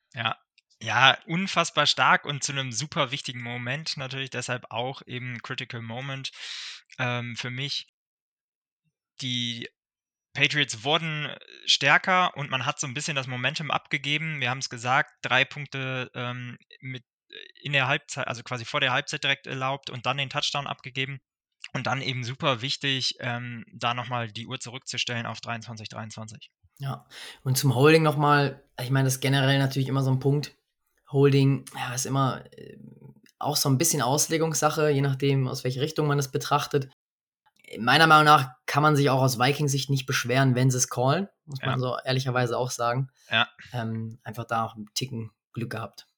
Speaker 4: Ja, unfassbar stark und zu einem super wichtigen Moment natürlich, deshalb auch eben Critical Moment für mich. Die Patriots wurden stärker und man hat so ein bisschen das Momentum abgegeben. Wir haben es gesagt, 3 Punkte in der Halbzeit, also quasi vor der Halbzeit direkt erlaubt und dann den Touchdown abgegeben. Und dann eben super wichtig, da nochmal die Uhr zurückzustellen auf 23-23.
Speaker 2: Ja, und zum Holding nochmal, ich meine, das ist generell natürlich immer so ein Punkt. Holding, ja, ist immer auch so ein bisschen Auslegungssache, je nachdem, aus welche Richtung man es betrachtet. Meiner Meinung nach kann man sich auch aus Vikings-Sicht nicht beschweren, wenn sie es callen, muss man so ehrlicherweise auch sagen.
Speaker 4: Ja.
Speaker 2: Einfach da auch einen Ticken Glück gehabt.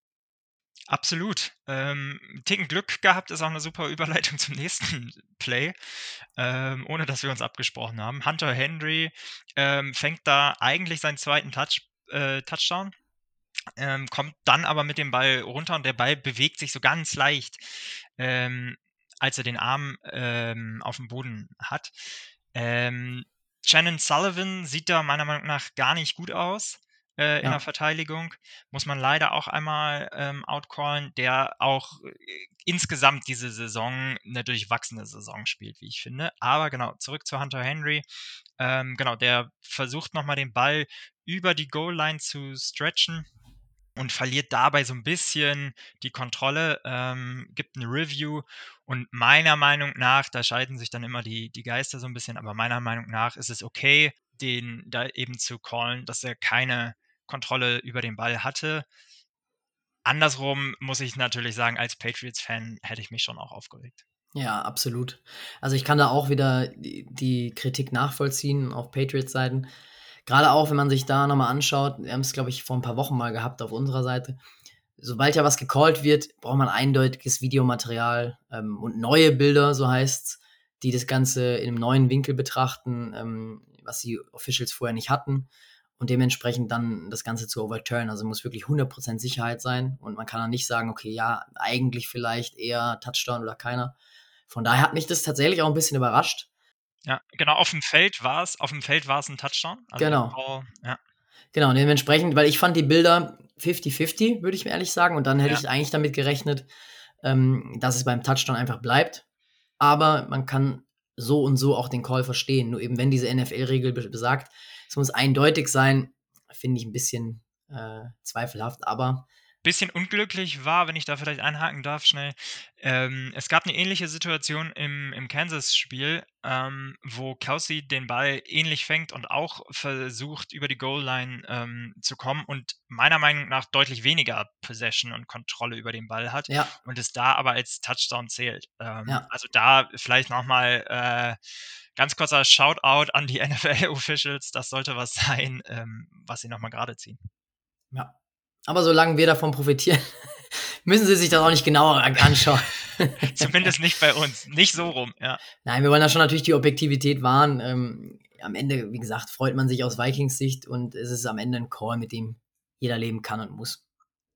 Speaker 4: Absolut. Ticken Glück gehabt ist auch eine super Überleitung zum nächsten Play, ohne dass wir uns abgesprochen haben. Hunter Henry fängt da eigentlich seinen zweiten Touchdown, kommt dann aber mit dem Ball runter und der Ball bewegt sich so ganz leicht, als er den Arm auf dem Boden hat. Shannon Sullivan sieht da meiner Meinung nach gar nicht gut aus. In der Verteidigung muss man leider auch einmal outcallen, der auch insgesamt diese Saison eine durchwachsene Saison spielt, wie ich finde. Aber genau, zurück zu Hunter Henry. Genau, der versucht nochmal den Ball über die Goal-Line zu stretchen und verliert dabei so ein bisschen die Kontrolle, gibt eine Review und meiner Meinung nach, da scheiden sich dann immer die Geister so ein bisschen, aber meiner Meinung nach ist es okay, den da eben zu callen, dass er keine Kontrolle über den Ball hatte. Andersrum muss ich natürlich sagen, als Patriots-Fan hätte ich mich schon auch aufgeregt.
Speaker 2: Ja, absolut. Also ich kann da auch wieder die Kritik nachvollziehen auf Patriots-Seiten. Gerade auch, wenn man sich da nochmal anschaut, wir haben es, glaube ich, vor ein paar Wochen mal gehabt auf unserer Seite. Sobald ja was gecallt wird, braucht man eindeutiges Videomaterial und neue Bilder, so heißt's, die das Ganze in einem neuen Winkel betrachten, was die Officials vorher nicht hatten und dementsprechend dann das Ganze zu overturn. Also muss wirklich 100% Sicherheit sein und man kann dann nicht sagen, okay, ja, eigentlich vielleicht eher Touchdown oder keiner. Von daher hat mich das tatsächlich auch ein bisschen überrascht.
Speaker 4: Ja, genau, auf dem Feld war es ein Touchdown. Also
Speaker 2: Genau.
Speaker 4: Ja.
Speaker 2: Genau, dementsprechend, weil ich fand die Bilder 50-50, würde ich mir ehrlich sagen. Und dann hätte ich eigentlich damit gerechnet, dass es beim Touchdown einfach bleibt. Aber man kann so und so auch den Call verstehen. Nur eben, wenn diese NFL-Regel besagt, es muss eindeutig sein, finde ich ein bisschen zweifelhaft. Aber
Speaker 4: bisschen unglücklich war, wenn ich da vielleicht einhaken darf, schnell. Es gab eine ähnliche Situation im Kansas-Spiel, wo Kelsey den Ball ähnlich fängt und auch versucht, über die Goal-Line zu kommen und meiner Meinung nach deutlich weniger Possession und Kontrolle über den Ball hat und es da aber als Touchdown zählt. Also da vielleicht nochmal ganz kurzer Shoutout an die NFL-Officials. Das sollte was sein, was sie nochmal gerade ziehen.
Speaker 2: Ja. Aber solange wir davon profitieren, müssen sie sich das auch nicht genauer anschauen.
Speaker 4: Zumindest nicht bei uns. Nicht so rum, ja.
Speaker 2: Nein, wir wollen da schon natürlich die Objektivität wahren. Am Ende, wie gesagt, freut man sich aus Vikings Sicht und es ist am Ende ein Call, mit dem jeder leben kann und muss.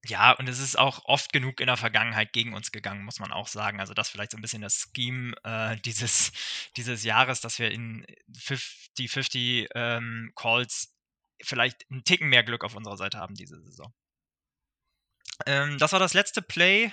Speaker 4: Ja, und es ist auch oft genug in der Vergangenheit gegen uns gegangen, muss man auch sagen. Also das vielleicht so ein bisschen das Scheme dieses Jahres, dass wir in 50-50 Calls vielleicht einen Ticken mehr Glück auf unserer Seite haben diese Saison. Das war das letzte Play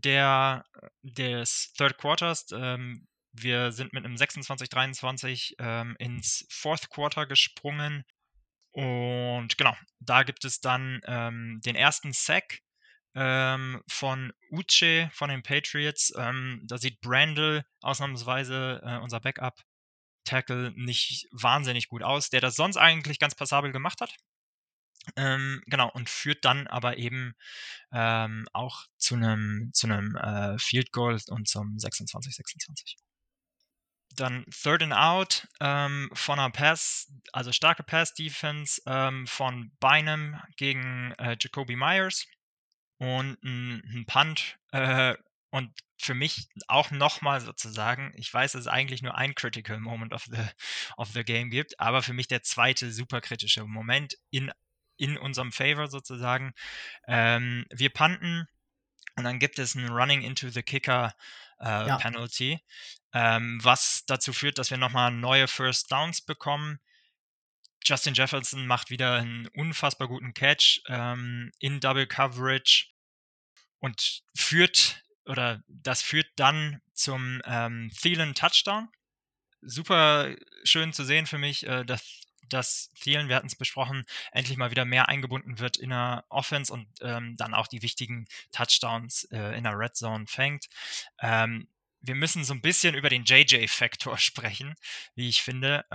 Speaker 4: des Third Quarters. Wir sind mit einem 26-23 ins Fourth Quarter gesprungen. Und genau, da gibt es dann den ersten Sack von Uche von den Patriots. Da sieht Brandel ausnahmsweise, unser Backup-Tackle, nicht wahnsinnig gut aus, der das sonst eigentlich ganz passabel gemacht hat. Genau, und führt dann aber eben auch zu einem Field Goal und zum 26-26. Dann Third and Out von einer also starke Pass-Defense von Bynum gegen Jacoby Myers und ein Punt. Und für mich auch nochmal sozusagen, ich weiß, dass es eigentlich nur ein Critical Moment of the Game gibt, aber für mich der zweite superkritische Moment in unserem Favor sozusagen. Wir punten und dann gibt es ein Running into the Kicker
Speaker 2: Ja.
Speaker 4: Penalty, was dazu führt, dass wir nochmal neue First Downs bekommen. Justin Jefferson macht wieder einen unfassbar guten Catch in Double Coverage und das führt dann zum Thielen Touchdown. Super schön zu sehen für mich, dass Thielen, wir hatten es besprochen, endlich mal wieder mehr eingebunden wird in der Offense und dann auch die wichtigen Touchdowns in der Red Zone fängt. Wir müssen so ein bisschen über den JJ-Faktor sprechen, wie ich finde.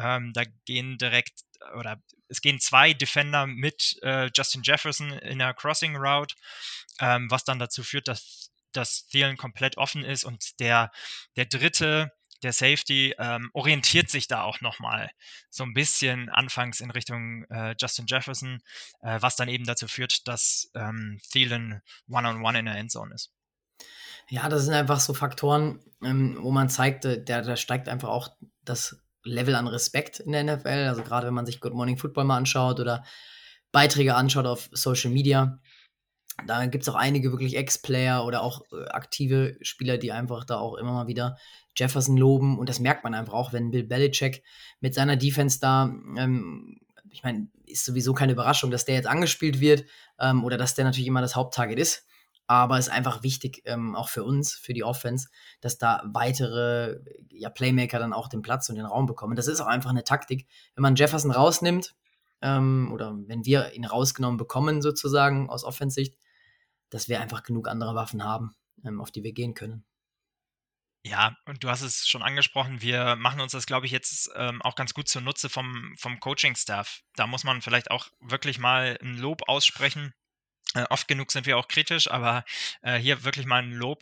Speaker 4: Es gehen 2 Defender mit Justin Jefferson in der Crossing Route, was dann dazu führt, dass Thielen komplett offen ist und der dritte, der Safety, orientiert sich da auch nochmal so ein bisschen anfangs in Richtung Justin Jefferson, was dann eben dazu führt, dass Thielen One-on-One in der Endzone ist.
Speaker 2: Ja, das sind einfach so Faktoren, wo man zeigt, da steigt einfach auch das Level an Respekt in der NFL. Also gerade wenn man sich Good Morning Football mal anschaut oder Beiträge anschaut auf Social Media, da gibt es auch einige wirklich Ex-Player oder auch aktive Spieler, die einfach da auch immer mal wieder Jefferson loben. Und das merkt man einfach auch, wenn Bill Belichick mit seiner Defense da, ich meine, ist sowieso keine Überraschung, dass der jetzt angespielt wird oder dass der natürlich immer das Haupttarget ist. Aber es ist einfach wichtig, auch für uns, für die Offense, dass da weitere Playmaker dann auch den Platz und den Raum bekommen. Das ist auch einfach eine Taktik. Wenn man Jefferson rausnimmt, oder wenn wir ihn rausgenommen bekommen, sozusagen aus Offensicht, dass wir einfach genug andere Waffen haben, auf die wir gehen können.
Speaker 4: Ja, und du hast es schon angesprochen, wir machen uns das, glaube ich, jetzt auch ganz gut zunutze vom Coaching-Staff. Da muss man vielleicht auch wirklich mal ein Lob aussprechen. Oft genug sind wir auch kritisch, aber hier wirklich mal ein Lob.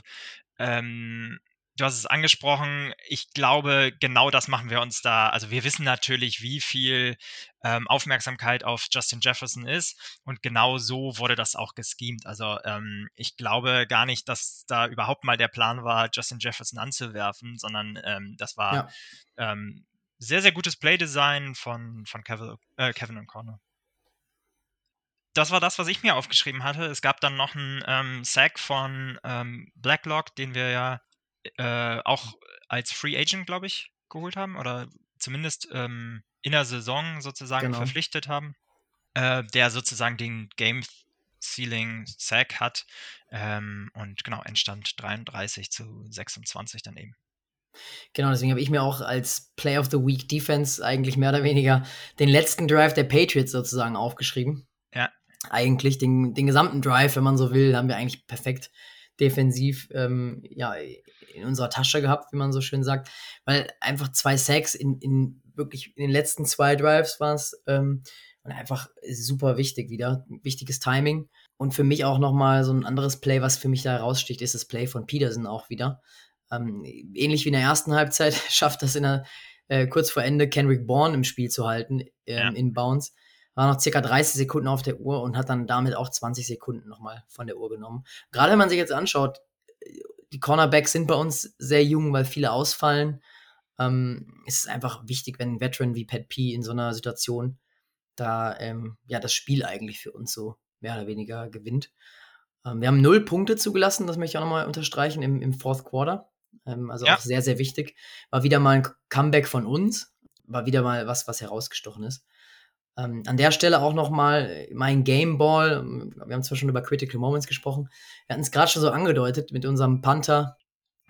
Speaker 4: Du hast es angesprochen, ich glaube, genau das machen wir uns da. Also wir wissen natürlich, wie viel Aufmerksamkeit auf Justin Jefferson ist und genau so wurde das auch geschemt. Also ich glaube gar nicht, dass da überhaupt mal der Plan war, Justin Jefferson anzuwerfen, sondern das war sehr, sehr gutes Playdesign von Kevin O'Connor. Das war das, was ich mir aufgeschrieben hatte. Es gab dann noch einen Sack von Blacklock, den wir ja auch als Free Agent, glaube ich, geholt haben oder zumindest in der Saison sozusagen verpflichtet haben, der sozusagen den Game-Sealing-Sack hat und genau, entstand 33-26 dann eben.
Speaker 2: Genau, deswegen habe ich mir auch als Play of the Week Defense eigentlich mehr oder weniger den letzten Drive der Patriots sozusagen aufgeschrieben.
Speaker 4: Ja.
Speaker 2: Eigentlich den gesamten Drive, wenn man so will, haben wir eigentlich perfekt defensiv in unserer Tasche gehabt, wie man so schön sagt, weil einfach 2 Sacks in wirklich in den letzten 2 Drives war es und einfach super wichtig wieder, wichtiges Timing und für mich auch nochmal so ein anderes Play, was für mich da heraussticht, ist das Play von Peterson auch wieder. Ähnlich wie in der ersten Halbzeit schafft das kurz vor Ende Kendrick Bourne im Spiel zu halten, in Bounds. War noch circa 30 Sekunden auf der Uhr und hat dann damit auch 20 Sekunden nochmal von der Uhr genommen. Gerade wenn man sich jetzt anschaut, die Cornerbacks sind bei uns sehr jung, weil viele ausfallen. Es ist einfach wichtig, wenn ein Veteran wie Pat P in so einer Situation da das Spiel eigentlich für uns so mehr oder weniger gewinnt. Wir haben 0 Punkte zugelassen, das möchte ich auch nochmal unterstreichen, im Fourth Quarter. Also
Speaker 4: Ja.
Speaker 2: auch sehr, sehr wichtig. War wieder mal ein Comeback von uns. War wieder mal was herausgestochen ist. An der Stelle auch nochmal mein Game Ball. Wir haben zwar schon über Critical Moments gesprochen. Wir hatten es gerade schon so angedeutet mit unserem Panther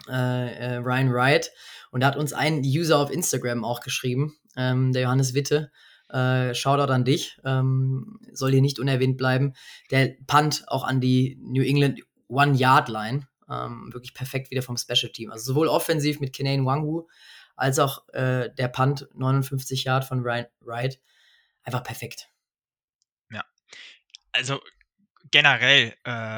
Speaker 2: Ryan Wright. Und da hat uns ein User auf Instagram auch geschrieben, der Johannes Witte. Shoutout an dich. Soll hier nicht unerwähnt bleiben. Der Punt auch an die New England One-Yard-Line. Wirklich perfekt wieder vom Special Team. Also sowohl offensiv mit Kenane Wangwu als auch der Punt 59 Yard von Ryan Wright. Einfach perfekt.
Speaker 4: Ja. Also generell,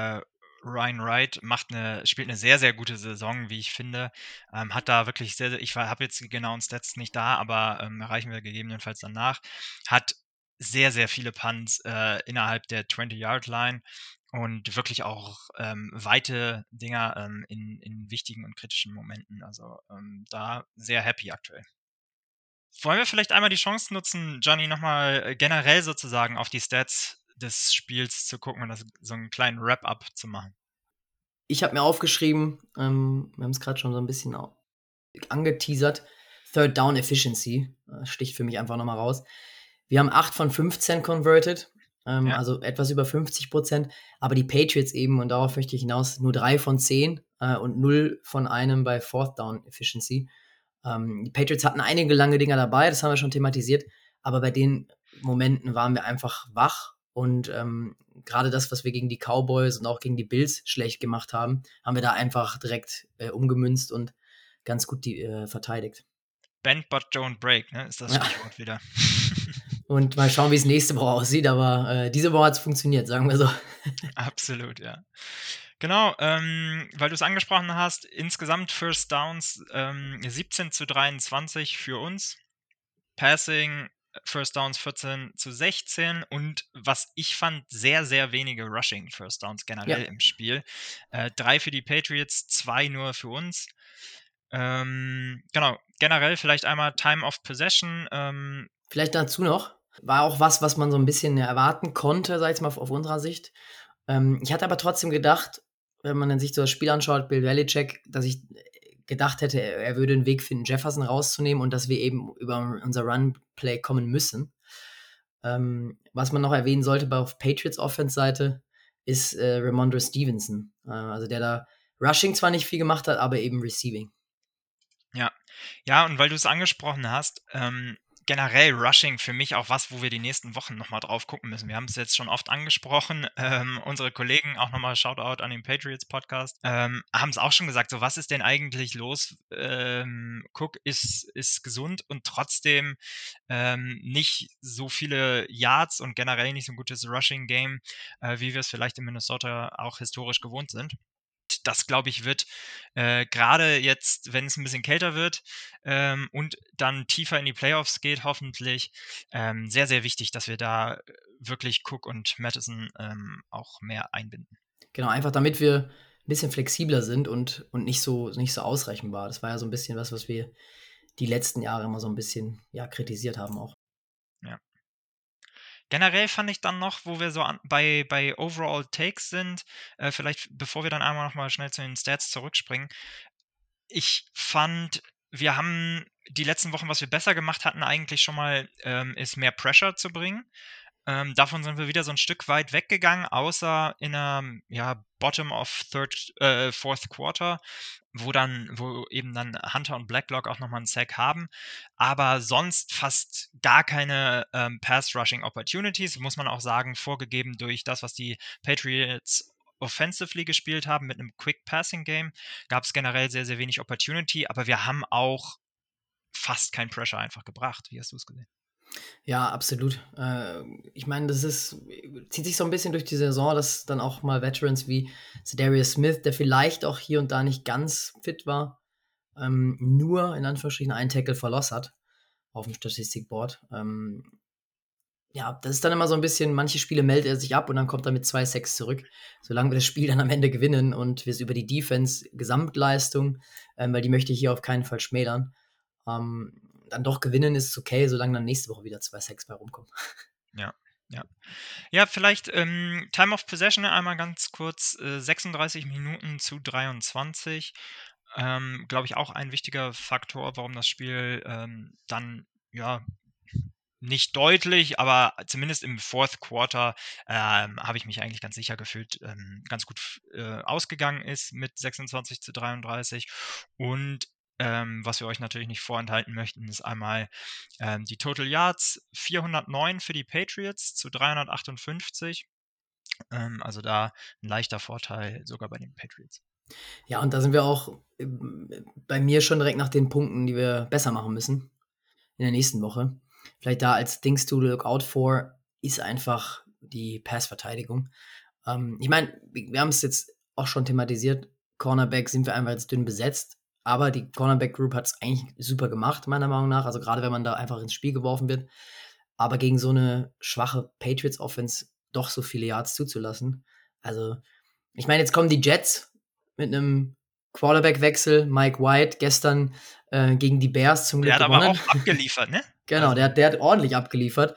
Speaker 4: Ryan Wright spielt eine sehr, sehr gute Saison, wie ich finde. Hat da wirklich ich habe jetzt die genauen Stats nicht da, aber erreichen wir gegebenenfalls danach. Hat sehr, sehr viele Punts innerhalb der 20-Yard-Line und wirklich auch weite Dinger in wichtigen und kritischen Momenten. Also da sehr happy aktuell. Wollen wir vielleicht einmal die Chance nutzen, Johnny, nochmal generell sozusagen auf die Stats des Spiels zu gucken und so einen kleinen Wrap-up zu machen?
Speaker 2: Ich habe mir aufgeschrieben, wir haben es gerade schon so ein bisschen angeteasert, Third Down Efficiency, sticht für mich einfach nochmal raus. Wir haben 8 von 15 converted,
Speaker 4: Ja.
Speaker 2: also etwas über 50%, aber die Patriots eben, und darauf möchte ich hinaus, nur 3 von 10 und 0 von einem bei Fourth Down Efficiency. Die Patriots hatten einige lange Dinger dabei, das haben wir schon thematisiert, aber bei den Momenten waren wir einfach wach und gerade das, was wir gegen die Cowboys und auch gegen die Bills schlecht gemacht haben, haben wir da einfach direkt umgemünzt und ganz gut verteidigt.
Speaker 4: Bend but don't break, ne? Ist das
Speaker 2: Ja.
Speaker 4: Stichwort wieder.
Speaker 2: Und mal schauen, wie es nächste Woche aussieht, aber diese Woche hat es funktioniert, sagen wir so.
Speaker 4: Absolut, ja. Genau, weil du es angesprochen hast, insgesamt First Downs 17-23 für uns. Passing, First Downs 14-16 und was ich fand, sehr, sehr wenige Rushing First Downs generell im Spiel. 3 für die Patriots, 2 nur für uns. Genau, generell vielleicht einmal Time of Possession.
Speaker 2: Vielleicht dazu noch, war auch was man so ein bisschen erwarten konnte, sag ich mal, auf unserer Sicht. Ich hatte aber trotzdem gedacht, wenn man dann sich so das Spiel anschaut, Bill Belichick, dass ich gedacht hätte, er würde einen Weg finden, Jefferson rauszunehmen und dass wir eben über unser Run-Play kommen müssen. Was man noch erwähnen sollte auf Patriots Offense-Seite ist Ramondre Stevenson. Also der da Rushing zwar nicht viel gemacht hat, aber eben Receiving.
Speaker 4: Ja, und weil du es angesprochen hast, generell Rushing für mich auch was, wo wir die nächsten Wochen nochmal drauf gucken müssen. Wir haben es jetzt schon oft angesprochen. Unsere Kollegen, auch nochmal Shoutout an den Patriots Podcast, haben es auch schon gesagt, so was ist denn eigentlich los? Cook ist gesund und trotzdem nicht so viele Yards und generell nicht so ein gutes Rushing-Game, wie wir es vielleicht in Minnesota auch historisch gewohnt sind. Das, glaube ich, wird gerade jetzt, wenn es ein bisschen kälter wird und dann tiefer in die Playoffs geht, hoffentlich, sehr, sehr wichtig, dass wir da wirklich Cook und Mattison auch mehr einbinden.
Speaker 2: Genau, einfach damit wir ein bisschen flexibler sind und nicht so ausrechenbar. Das war ja so ein bisschen was wir die letzten Jahre immer so ein bisschen kritisiert haben auch.
Speaker 4: Ja. Generell fand ich dann noch, wo wir so bei Overall Takes sind, vielleicht bevor wir dann einmal nochmal schnell zu den Stats zurückspringen. Ich fand, wir haben die letzten Wochen, was wir besser gemacht hatten, eigentlich schon mal, ist mehr Pressure zu bringen. Davon sind wir wieder so ein Stück weit weggegangen, außer in einer Bottom of Fourth Quarter, wo eben dann Hunter und Blacklock auch nochmal einen Sack haben. Aber sonst fast gar keine Pass-Rushing-Opportunities, muss man auch sagen, vorgegeben durch das, was die Patriots offensively gespielt haben mit einem Quick-Passing-Game. Gab es generell sehr, sehr wenig Opportunity, aber wir haben auch fast kein Pressure einfach gebracht. Wie hast du es gesehen?
Speaker 2: Ja, absolut. Ich meine, zieht sich so ein bisschen durch die Saison, dass dann auch mal Veterans wie Za'Darius Smith, der vielleicht auch hier und da nicht ganz fit war, nur in Anführungsstrichen einen Tackle verlost hat auf dem Statistikboard. Das ist dann immer so ein bisschen, manche Spiele meldet er sich ab und dann kommt er mit 2 Sacks zurück. Solange wir das Spiel dann am Ende gewinnen und wir es über die Defense-Gesamtleistung, weil die möchte ich hier auf keinen Fall schmälern, dann doch gewinnen, ist es okay, solange dann nächste Woche wieder 2 Sacks bei rumkommen.
Speaker 4: Ja. Ja, vielleicht Time of Possession einmal ganz kurz, 36 Minuten zu 23. Glaube ich auch ein wichtiger Faktor, warum das Spiel dann ja nicht deutlich, aber zumindest im Fourth Quarter habe ich mich eigentlich ganz sicher gefühlt, ganz gut ausgegangen ist mit 26 zu 33. Und was wir euch natürlich nicht vorenthalten möchten, ist einmal die Total Yards 409 für die Patriots zu 358. Also da ein leichter Vorteil sogar bei den Patriots.
Speaker 2: Ja, und da sind wir auch bei mir schon direkt nach den Punkten, die wir besser machen müssen in der nächsten Woche. Vielleicht da als Things to look out for ist einfach die Passverteidigung. Ich meine, wir haben es jetzt auch schon thematisiert. Cornerback sind wir einfach jetzt dünn besetzt. Aber die Cornerback Group hat es eigentlich super gemacht, meiner Meinung nach. Also gerade wenn man da einfach ins Spiel geworfen wird. Aber gegen so eine schwache Patriots Offense doch so viele Yards zuzulassen. Also, ich meine, jetzt kommen die Jets mit einem Quarterback-Wechsel. Mike White gestern gegen die Bears zum Glück
Speaker 4: Der hat aber
Speaker 2: gewonnen.
Speaker 4: auch abgeliefert, ne?
Speaker 2: Genau,
Speaker 4: Also,
Speaker 2: der hat ordentlich abgeliefert.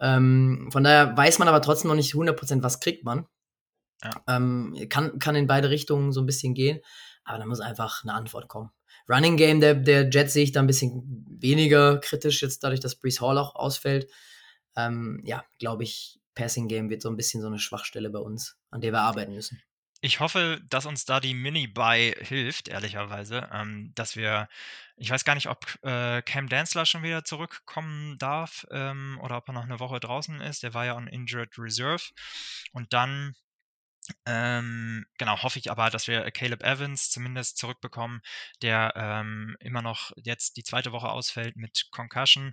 Speaker 2: Von daher weiß man aber trotzdem noch nicht 100%, was kriegt man.
Speaker 4: Ja.
Speaker 2: Kann in beide Richtungen so ein bisschen gehen, aber da muss einfach eine Antwort kommen. Running Game der Jets sehe ich da ein bisschen weniger kritisch, jetzt dadurch, dass Breece Hall auch ausfällt. Ja, glaube ich, Passing Game wird so ein bisschen so eine Schwachstelle bei uns, an der wir arbeiten müssen.
Speaker 4: ich hoffe, dass uns da die Mini-Buy hilft, ehrlicherweise, dass wir, ich weiß gar nicht, ob Cam Dantzler schon wieder zurückkommen darf oder ob er noch eine Woche draußen ist. Der war ja on Injured Reserve. Und dann genau, hoffe ich aber, dass wir Caleb Evans zumindest zurückbekommen, der immer noch jetzt die zweite Woche ausfällt mit Concussion.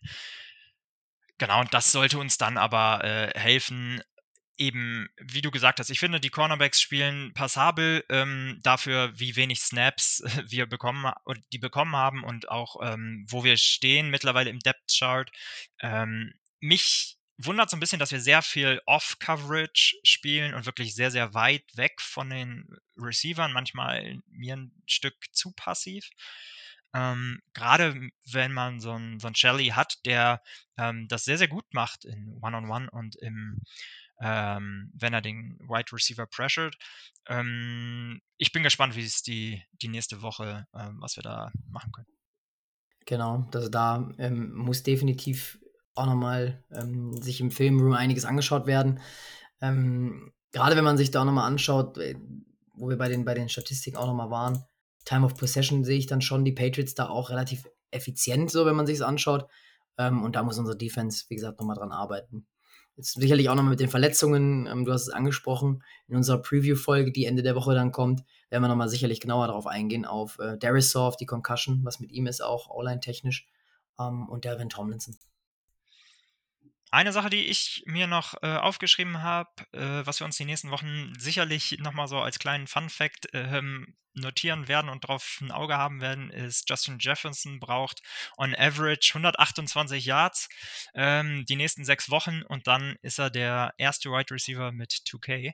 Speaker 4: Genau, und das sollte uns dann aber helfen, eben, wie du gesagt hast, ich finde, die Cornerbacks spielen passabel dafür, wie wenig Snaps wir bekommen haben und auch wo wir stehen mittlerweile im Depth Chart. Mich wundert so ein bisschen, dass wir sehr viel Off-Coverage spielen und wirklich sehr, sehr weit weg von den Receivern, manchmal mir ein Stück zu passiv. Gerade wenn man so einen Shelley hat, der das sehr, sehr gut macht in One-on-One und wenn er den Wide Receiver pressured. Ich bin gespannt, wie es die nächste Woche, was wir da machen können.
Speaker 2: Genau, also da muss definitiv auch nochmal sich im Filmroom einiges angeschaut werden. Gerade wenn man sich da auch nochmal anschaut, wo wir bei den Statistiken auch nochmal waren, Time of Possession sehe ich dann schon die Patriots da auch relativ effizient, so wenn man sich es anschaut. Und da muss unsere Defense, wie gesagt, nochmal dran arbeiten. Jetzt sicherlich auch nochmal mit den Verletzungen, du hast es angesprochen, in unserer Preview-Folge, die Ende der Woche dann kommt, werden wir nochmal sicherlich genauer darauf eingehen, auf Derisor, auf die Concussion, was mit ihm ist, auch O-Line-technisch, und Delvin Tomlinson.
Speaker 4: Eine Sache, die ich mir noch aufgeschrieben habe, was wir uns die nächsten Wochen sicherlich nochmal so als kleinen Fun-Fact notieren werden und drauf ein Auge haben werden, ist, Justin Jefferson braucht on average 128 Yards die nächsten 6 Wochen und dann ist er der erste Wide Receiver mit 2K.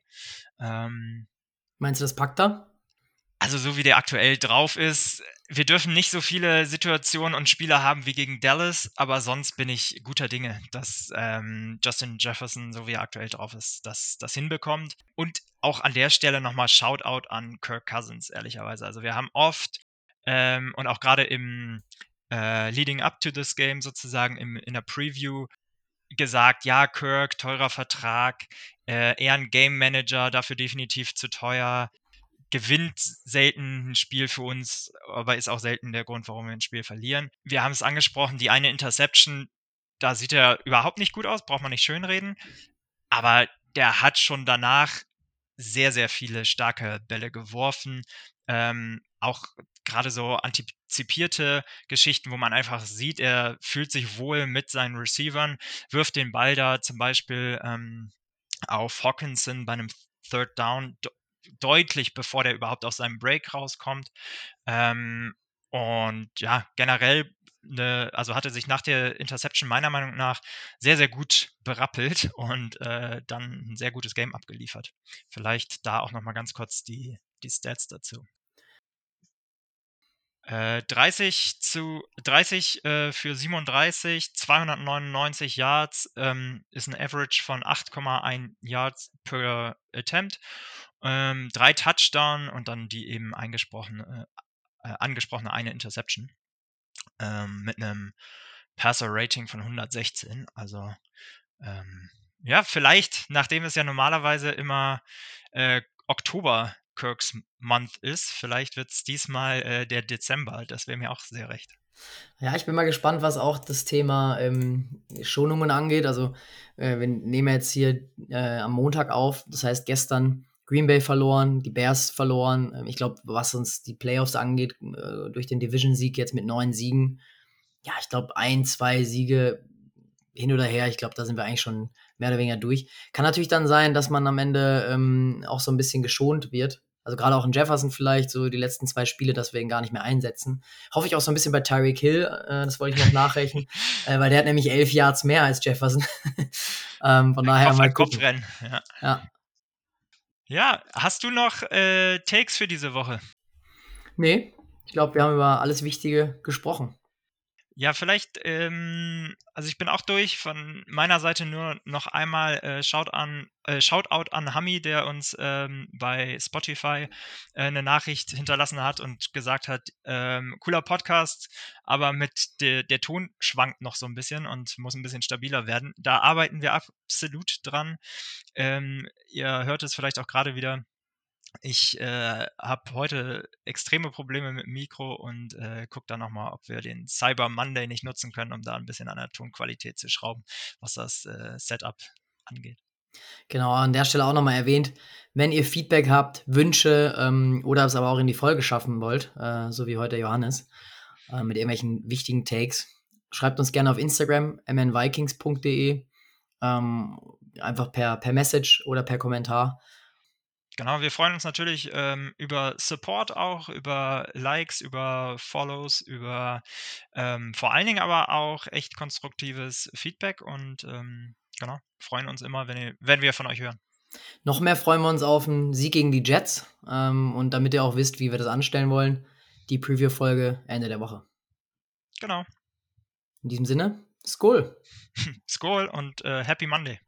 Speaker 2: Meinst du, das packt er?
Speaker 4: Also so wie der aktuell drauf ist, wir dürfen nicht so viele Situationen und Spiele haben wie gegen Dallas, aber sonst bin ich guter Dinge, dass Justin Jefferson, so wie er aktuell drauf ist, das hinbekommt. Und auch an der Stelle nochmal Shoutout an Kirk Cousins, ehrlicherweise. Also wir haben oft und auch gerade im Leading up to this game sozusagen in der Preview gesagt, ja, Kirk, teurer Vertrag, eher ein Game Manager, dafür definitiv zu teuer, gewinnt selten ein Spiel für uns, aber ist auch selten der Grund, warum wir ein Spiel verlieren. Wir haben es angesprochen, die eine Interception, da sieht er überhaupt nicht gut aus, braucht man nicht schönreden, aber der hat schon danach sehr, sehr viele starke Bälle geworfen. Auch gerade so antizipierte Geschichten, wo man einfach sieht, er fühlt sich wohl mit seinen Receivern, wirft den Ball da zum Beispiel auf Hawkinson bei einem Third Down deutlich, bevor der überhaupt aus seinem Break rauskommt. Und ja, generell also hatte sich nach der Interception meiner Meinung nach sehr, sehr gut berappelt und dann ein sehr gutes Game abgeliefert. Vielleicht da auch nochmal ganz kurz die Stats dazu. 30 für 37, 299 Yards, ist ein Average von 8,1 Yards per Attempt, 3 Touchdown und dann die eben angesprochene eine Interception, mit einem Passer-Rating von 116. Also ja, vielleicht, nachdem es ja normalerweise immer Oktober Kirks Month ist, vielleicht wird es diesmal der Dezember. Das wäre mir auch sehr recht.
Speaker 2: Ja, ich bin mal gespannt, was auch das Thema Schonungen angeht. Also wir nehmen jetzt hier am Montag auf. Das heißt, gestern Green Bay verloren, die Bears verloren. Ich glaube, was uns die Playoffs angeht, durch den Division-Sieg jetzt mit 9 Siegen. Ja, ich glaube, 1, 2 Siege hin oder her. Ich glaube, da sind wir eigentlich schon mehr oder weniger durch. Kann natürlich dann sein, dass man am Ende auch so ein bisschen geschont wird. Also gerade auch in Jefferson vielleicht, so die letzten 2 Spiele, dass wir ihn gar nicht mehr einsetzen. Hoffe ich auch so ein bisschen bei Tyreek Hill, das wollte ich noch nachrechnen, weil der hat nämlich 11 Yards mehr als Jefferson. Von daher mal gucken.
Speaker 4: Kopfrennen. Ja, hast du noch Takes für diese Woche?
Speaker 2: Nee, ich glaube, wir haben über alles Wichtige gesprochen.
Speaker 4: Ja, vielleicht, also ich bin auch durch. Von meiner Seite nur noch einmal Shoutout an Hami, der uns bei Spotify eine Nachricht hinterlassen hat und gesagt hat, cooler Podcast, aber der Ton schwankt noch so ein bisschen und muss ein bisschen stabiler werden. Da arbeiten wir absolut dran. Ihr hört es vielleicht auch gerade wieder. Ich habe heute extreme Probleme mit dem Mikro und gucke dann nochmal, ob wir den Cyber Monday nicht nutzen können, um da ein bisschen an der Tonqualität zu schrauben, was das Setup angeht.
Speaker 2: Genau, an der Stelle auch nochmal erwähnt, wenn ihr Feedback habt, Wünsche oder es aber auch in die Folge schaffen wollt, so wie heute Johannes, mit irgendwelchen wichtigen Takes, schreibt uns gerne auf Instagram, mnvikings.de, einfach per Message oder per Kommentar.
Speaker 4: Genau, wir freuen uns natürlich über Support auch, über Likes, über Follows, über vor allen Dingen aber auch echt konstruktives Feedback und genau, freuen uns immer, wenn wir von euch hören.
Speaker 2: Noch mehr freuen wir uns auf einen Sieg gegen die Jets und damit ihr auch wisst, wie wir das anstellen wollen, die Preview-Folge Ende der Woche.
Speaker 4: Genau.
Speaker 2: In diesem Sinne, Skol!
Speaker 4: Skol und Happy Monday!